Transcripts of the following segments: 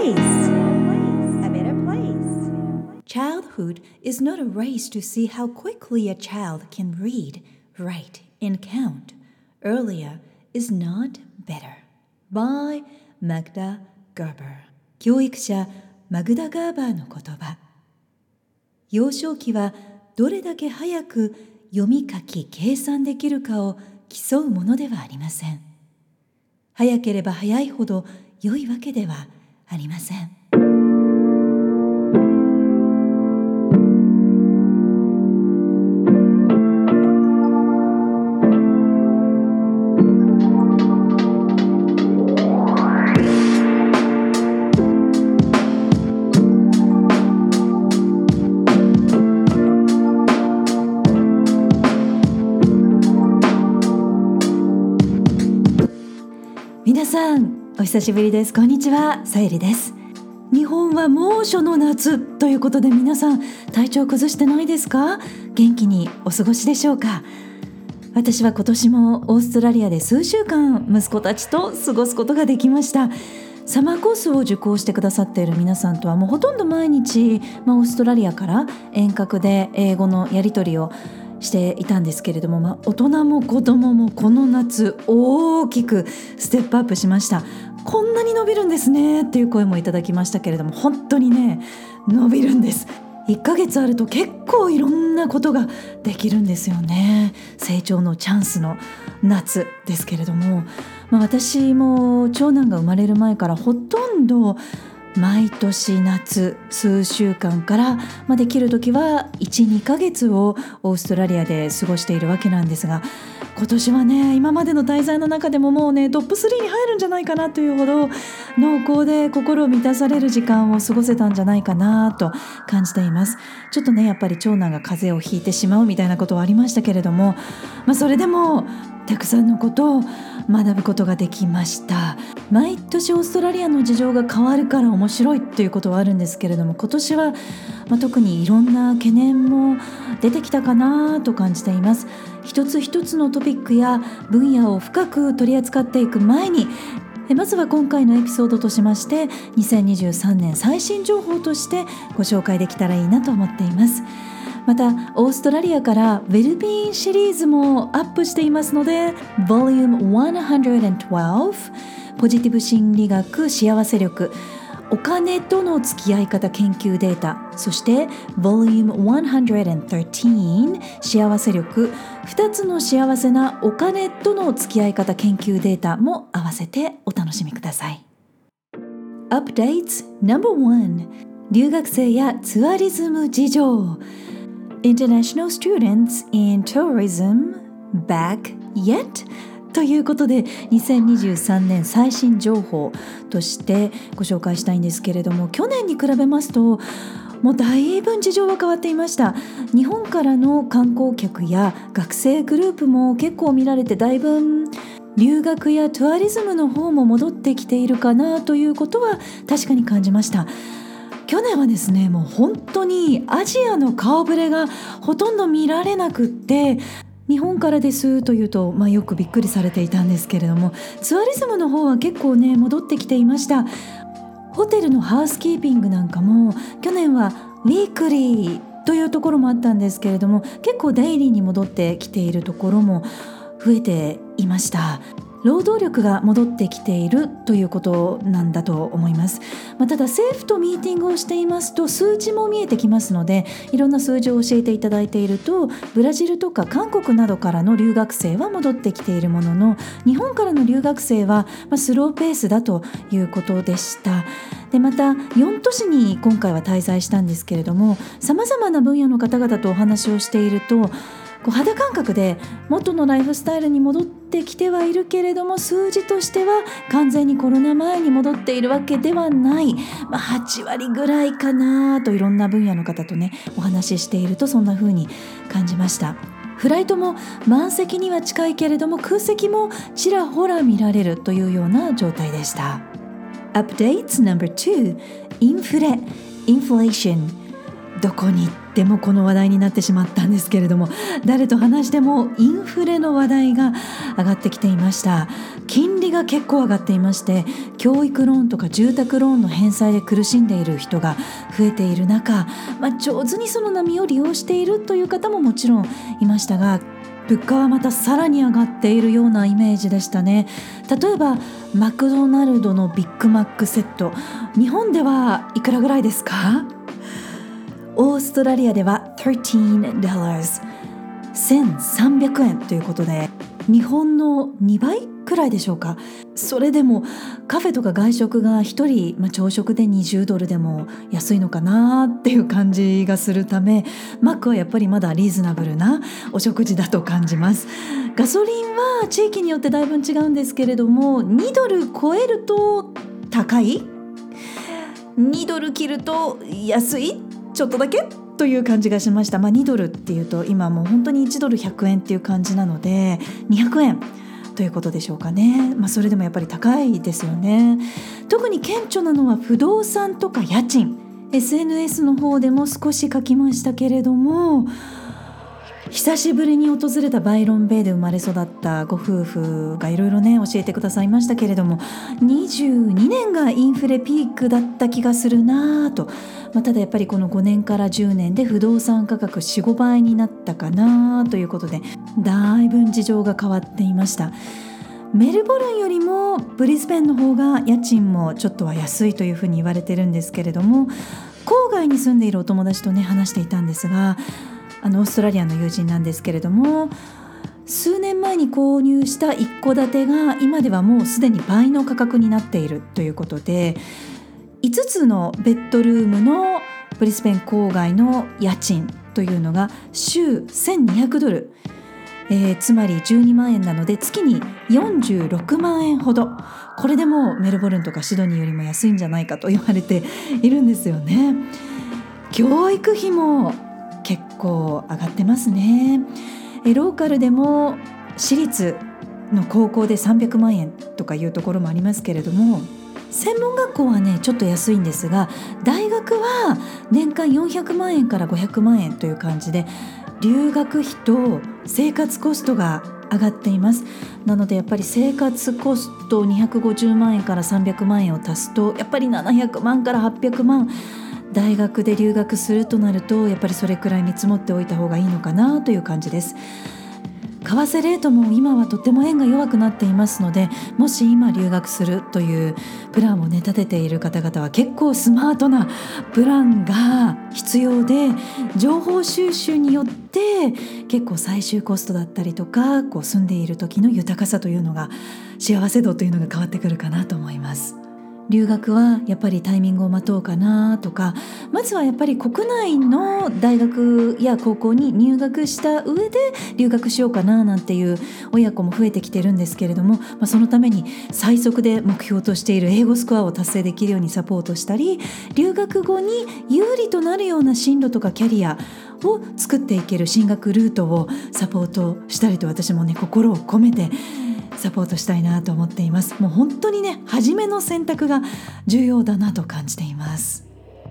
A better place. Childhood is not a race to see how quickly a child can read, write, and count. Earlier is not better. By Magda Gerber. 教育者マグダ・ガーバーの言葉。幼少期はどれだけ早く読み書き計算できるかを競うものではありません。早ければ早いほど良いわけではありません。皆さんお久しぶりです。こんにちは、さゆりです。日本は猛暑の夏ということで、皆さん体調崩してないですか？元気にお過ごしでしょうか？私は今年もオーストラリアで数週間息子たちと過ごすことができました。サマーコースを受講してくださっている皆さんとはもうほとんど毎日、オーストラリアから遠隔で英語のやり取りをしていたんですけれども、大人も子供もこの夏大きくステップアップしました。こんなに伸びるんですねっていう声もいただきましたけれども、本当にね伸びるんです。1ヶ月あると結構いろんなことができるんですよね。成長のチャンスの夏ですけれども、私も長男が生まれる前からほとんど毎年夏数週間から、できる時は 1,2 ヶ月をオーストラリアで過ごしているわけなんですが、今年はね今までの滞在の中でももうねトップ3に入るんじゃないかなというほど濃厚で心を満たされる時間を過ごせたんじゃないかなと感じています。ちょっとねやっぱり長男が風邪をひいてしまうみたいなことはありましたけれども、それでもたくさんのことを学ぶことができました。毎年オーストラリアの事情が変わるから面白いということはあるんですけれども、今年は、特にいろんな懸念も出てきたかなと感じています。一つ一つのトピックや分野を深く取り扱っていく前に、まずは今回のエピソードとしまして2023年最新情報としてご紹介できたらいいなと思っています。またオーストラリアからウェルビーンシリーズもアップしていますので、 Vol.112 ポジティブ心理学幸せ力、お金との付き合い方研究データ、そして Vol.113 幸せ力、2つの幸せなお金との付き合い方研究データも合わせてお楽しみください。 Updates No.1 留学生やツアリズム事情。 International students in tourism back yet?ということで2023年最新情報としてご紹介したいんですけれども、去年に比べますともうだいぶ事情は変わっていました。日本からの観光客や学生グループも結構見られて、だいぶ留学やツアリズムの方も戻ってきているかなということは確かに感じました。去年はですねもう本当にアジアの顔ぶれがほとんど見られなくって、日本からですというと、よくびっくりされていたんですけれども、ツアリズムの方は結構ね戻ってきていました。ホテルのハウスキーピングなんかも去年はウィークリーというところもあったんですけれども、結構デイリーに戻ってきているところも増えていました。労働力が戻ってきているということなんだと思います。ただ政府とミーティングをしていますと数字も見えてきますので、いろんな数字を教えていただいていると、ブラジルとか韓国などからの留学生は戻ってきているものの、日本からの留学生はスローペースだということでした。でまた4都市に今回は滞在したんですけれども、さまざまな分野の方々とお話をしていると、肌感覚で元のライフスタイルに戻ってきてはいるけれども、数字としては完全にコロナ前に戻っているわけではない、8割ぐらいかなといろんな分野の方とねお話ししているとそんな風に感じました。フライトも満席には近いけれども空席もちらほら見られるというような状態でした。 Updates No.2 インフレ Inflation、 どこに行ってもこの話題になってしまったんですけれども、誰と話してもインフレの話題が上がってきていました。金利が結構上がっていまして、教育ローンとか住宅ローンの返済で苦しんでいる人が増えている中、上手にその波を利用しているという方ももちろんいましたが、物価はまたさらに上がっているようなイメージでしたね。例えばマクドナルドのビッグマックセット、日本ではいくらぐらいですか？オーストラリアでは$13、1300円ということで、日本の2倍くらいでしょうか。それでもカフェとか外食が1人、朝食で$20でも安いのかなっていう感じがするため、マックはやっぱりまだリーズナブルなお食事だと感じます。ガソリンは地域によってだいぶ違うんですけれども、$2超えると高い、$2切ると安い、ちょっとだけという感じがしました。$2っていうと今もう本当に$1.100円っていう感じなので200円ということでしょうかね。それでもやっぱり高いですよね。特に顕著なのは不動産とか家賃。 SNS の方でも少し書きましたけれども、久しぶりに訪れたバイロンベイで生まれ育ったご夫婦がいろいろね教えてくださいましたけれども、22年がインフレピークだった気がするなと。ただやっぱりこの5年から10年で不動産価格 4,5 倍になったかなということで、だいぶ事情が変わっていました。メルボルンよりもブリスベンの方が家賃もちょっとは安いというふうに言われてるんですけれども、郊外に住んでいるお友達とね話していたんですが、オーストラリアの友人なんですけれども、数年前に購入した一戸建てが今ではもうすでに倍の価格になっているということで、5つのベッドルームのブリスベン郊外の家賃というのが週$1,200、つまり12万円なので月に46万円ほど。これでもメルボルンとかシドニーよりも安いんじゃないかと言われているんですよね。教育費も結構上がってますね。ローカルでも私立の高校で300万円とかいうところもありますけれども、専門学校はねちょっと安いんですが、大学は年間400万円から500万円という感じで、留学費と生活コストが上がっています。なのでやっぱり生活コスト250万円から300万円を足すとやっぱり700万から800万、大学で留学するとなるとやっぱりそれくらい見積もっておいた方がいいのかなという感じです。為替レートも今はとても円が弱くなっていますので、もし今留学するというプランをね立てている方々は結構スマートなプランが必要で、情報収集によって結構最終コストだったりとか住んでいる時の豊かさというのが、幸せ度というのが変わってくるかなと思います。留学はやっぱりタイミングを待とうかなとか、まずはやっぱり国内の大学や高校に入学した上で留学しようかななんていう親子も増えてきてるんですけれども、そのために最速で目標としている英語スコアを達成できるようにサポートしたり、留学後に有利となるような進路とかキャリアを作っていける進学ルートをサポートしたりと、私もね心を込めてサポートしたいなと思っています。もう本当にね初めの選択が重要だなと感じています。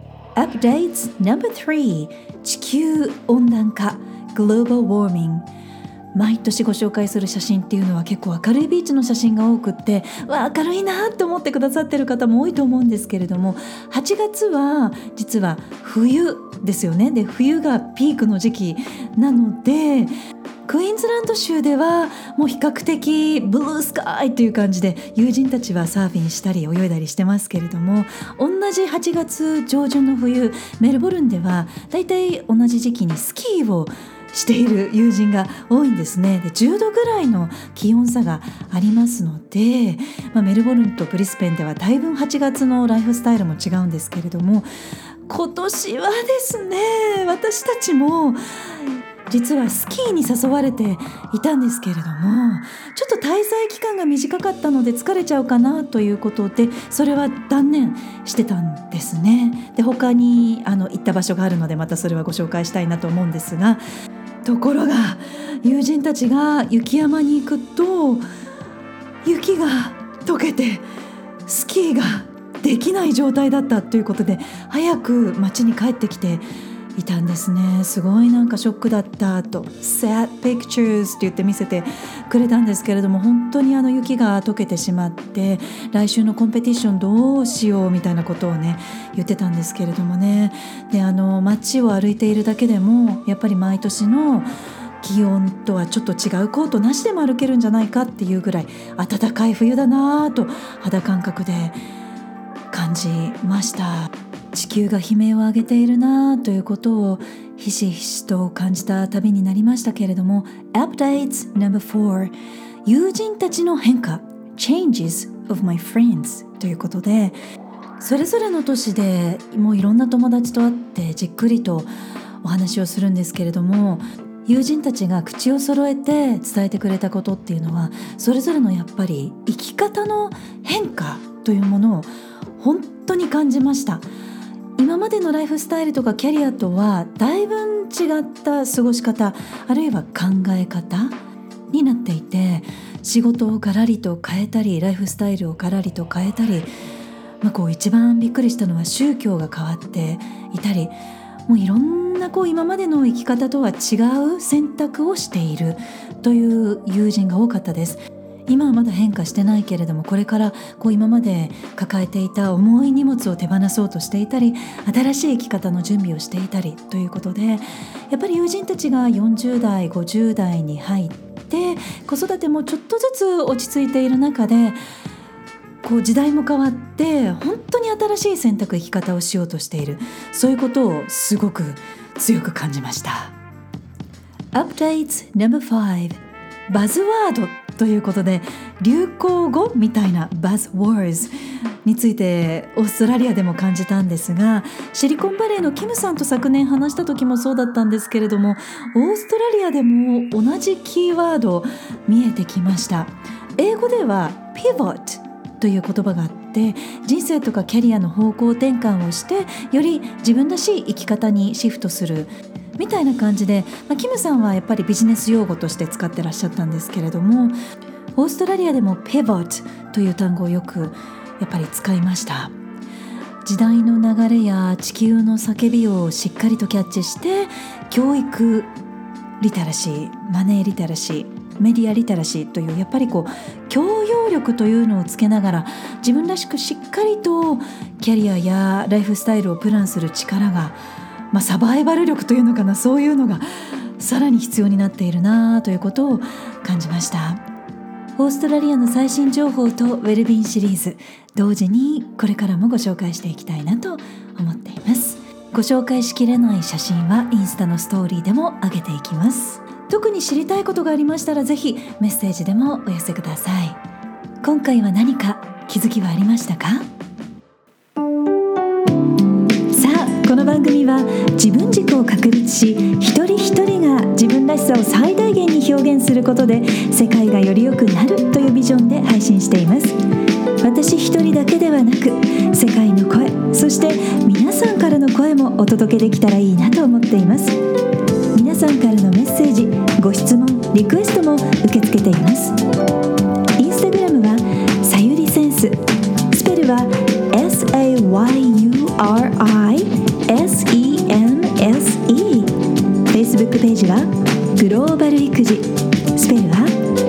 Updates No.3 地球温暖化 Global Warming。 毎年ご紹介する写真っていうのは結構明るいビーチの写真が多くって、明るいなって思ってくださってる方も多いと思うんですけれども、8月は実は冬ですよね。で冬がピークの時期なので、クイーンズランド州ではもう比較的ブルースカイという感じで友人たちはサーフィンしたり泳いだりしてますけれども、同じ8月上旬の冬、メルボルンではだいたい同じ時期にスキーをしている友人が多いんですね。で10度ぐらいの気温差がありますので、メルボルンとブリスベンではだいぶ8月のライフスタイルも違うんですけれども、今年はですね私たちも実はスキーに誘われていたんですけれども、ちょっと滞在期間が短かったので疲れちゃうかなということで、それは断念してたんですね。で他に行った場所があるのでまたそれはご紹介したいなと思うんですが、ところが友人たちが雪山に行くと雪が溶けてスキーができない状態だったということで、早く町に帰ってきていたんですね。すごいなんかショックだったと sad pictures って言って見せてくれたんですけれども、本当に雪が溶けてしまって、来週のコンペティションどうしようみたいなことをね言ってたんですけれどもね。で街を歩いているだけでもやっぱり毎年の気温とはちょっと違うコートなしでも歩けるんじゃないかっていうぐらい暖かい冬だなと肌感覚で感じました。地球が悲鳴を上げているなということをひしひしと感じた旅になりましたけれども、 Updates No.4 友人たちの変化 Changes of my friends ということで、それぞれの年でもういろんな友達と会ってじっくりとお話をするんですけれども、友人たちが口を揃えて伝えてくれたことっていうのは、それぞれのやっぱり生き方の変化というものを本当に感じました。今までのライフスタイルとかキャリアとはだいぶ違った過ごし方、あるいは考え方になっていて、仕事をガラリと変えたり、ライフスタイルをガラリと変えたり、一番びっくりしたのは宗教が変わっていたり、もういろんな今までの生き方とは違う選択をしているという友人が多かったです。今はまだ変化してないけれども、これから今まで抱えていた重い荷物を手放そうとしていたり、新しい生き方の準備をしていたりということで、やっぱり友人たちが40代50代に入って子育てもちょっとずつ落ち着いている中で、時代も変わって本当に新しい選択、生き方をしようとしている、そういうことをすごく強く感じました。 Updates No.5 バズワードということで、流行語みたいなバズワーズについてオーストラリアでも感じたんですが、シリコンバレーのキムさんと昨年話した時もそうだったんですけれども、オーストラリアでも同じキーワード見えてきました。英語では pivot という言葉があって、人生とかキャリアの方向転換をしてより自分らしい生き方にシフトするみたいな感じで、キムさんはやっぱりビジネス用語として使ってらっしゃったんですけれども、オーストラリアでも pivot という単語をよくやっぱり使いました。時代の流れや地球の叫びをしっかりとキャッチして、教育リテラシー、マネーリテラシー、メディアリテラシーというやっぱり教養力というのをつけながら、自分らしくしっかりとキャリアやライフスタイルをプランする力が、サバイバル力というのかな、そういうのがさらに必要になっているなということを感じました。オーストラリアの最新情報とウェルビーンシリーズ、同時にこれからもご紹介していきたいなと思っています。ご紹介しきれない写真はインスタのストーリーでも上げていきます。特に知りたいことがありましたら、ぜひメッセージでもお寄せください。今回は何か気づきはありましたか？この番組は自分軸を確立し、一人一人が自分らしさを最大限に表現することで世界がより良くなるというビジョンで配信しています。私一人だけではなく、世界の声、そして皆さんからの声もお届けできたらいいなと思っています。皆さんからのメッセージ、ご質問、リクエストも受け付けています。インスタグラムはさゆりセンス、スペルは SAYURISENSE。 Facebook ページはグローバル育児、スペルは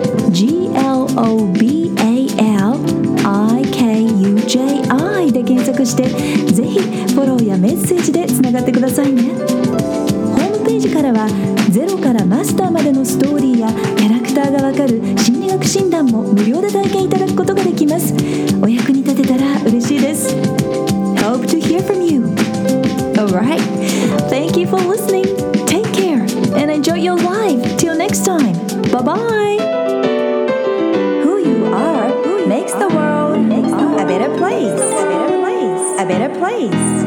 GLOBALIKUJI で検索して、ぜひフォローやメッセージでつながってくださいね。ホームページからはゼロからマスターまでのストーリーやキャラクターがわかる心理学診断も無料で体験いただくことができます。お役に立てたら嬉しいです。 Hope to hear from you. Alright, thank you for listening. Take care and enjoy your life. Till next time. Bye bye. Who you are makes the world a better place. A better place.